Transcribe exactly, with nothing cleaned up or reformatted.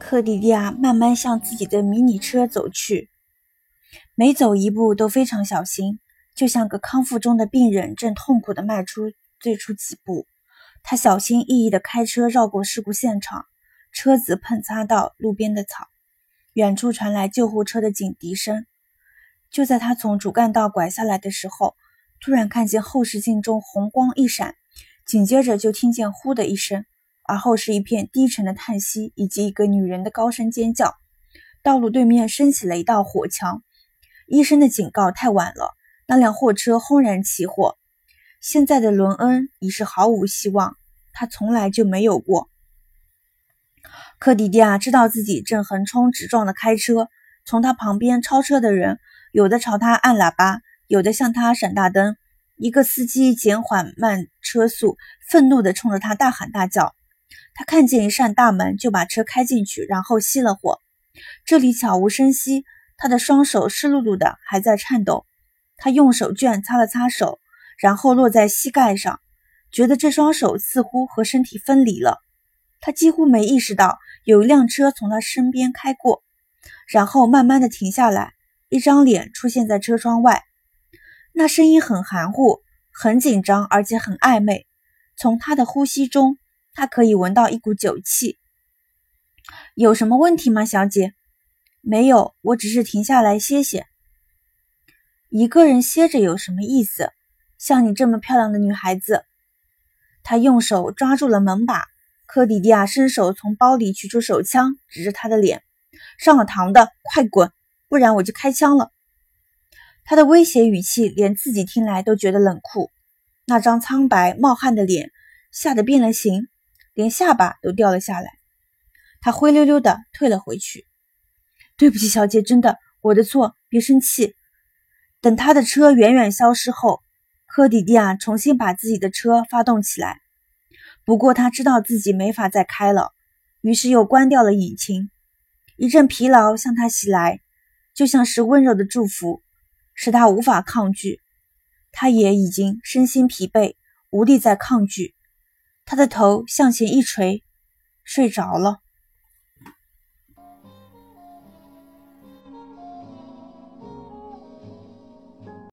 克迪利亚慢慢向自己的迷你车走去，每走一步都非常小心，就像个康复中的病人正痛苦地迈出最初几步。他小心翼翼地开车绕过事故现场，车子碰擦到路边的草，远处传来救护车的警笛声。就在他从主干道拐下来的时候，突然看见后视镜中红光一闪，紧接着就听见呼的一声，而后是一片低沉的叹息以及一个女人的高声尖叫。道路对面升起了一道火墙，医生的警告太晚了，那辆货车轰然起火。现在的伦恩已是毫无希望，他从来就没有过。克迪利亚知道自己正横冲直撞地开车，从他旁边超车的人有的朝他按喇叭，有的向他闪大灯。一个司机减缓慢车速，愤怒地冲着他大喊大叫。他看见一扇大门就把车开进去，然后熄了火。这里悄无声息，他的双手湿漉漉的，还在颤抖。他用手绢擦了擦手，然后落在膝盖上，觉得这双手似乎和身体分离了。他几乎没意识到有一辆车从他身边开过，然后慢慢的停下来，一张脸出现在车窗外。那声音很含糊，很紧张，而且很暧昧。从他的呼吸中，他可以闻到一股酒气。有什么问题吗，小姐？没有，我只是停下来歇歇。一个人歇着有什么意思？像你这么漂亮的女孩子。他用手抓住了门把，科迪利亚伸手从包里取出手枪，指着他的脸。上了膛的，快滚，不然我就开枪了。他的威胁语气连自己听来都觉得冷酷，那张苍白冒汗的脸吓得变了形，连下巴都掉了下来。他灰溜溜地退了回去。对不起，小姐，真的，我的错，别生气。等他的车远远消失后，科迪利亚重新把自己的车发动起来。不过他知道自己没法再开了，于是又关掉了引擎。一阵疲劳向他袭来，就像是温柔的祝福，使他无法抗拒。他也已经身心疲惫，无力再抗拒。他的头向前一垂，睡着了。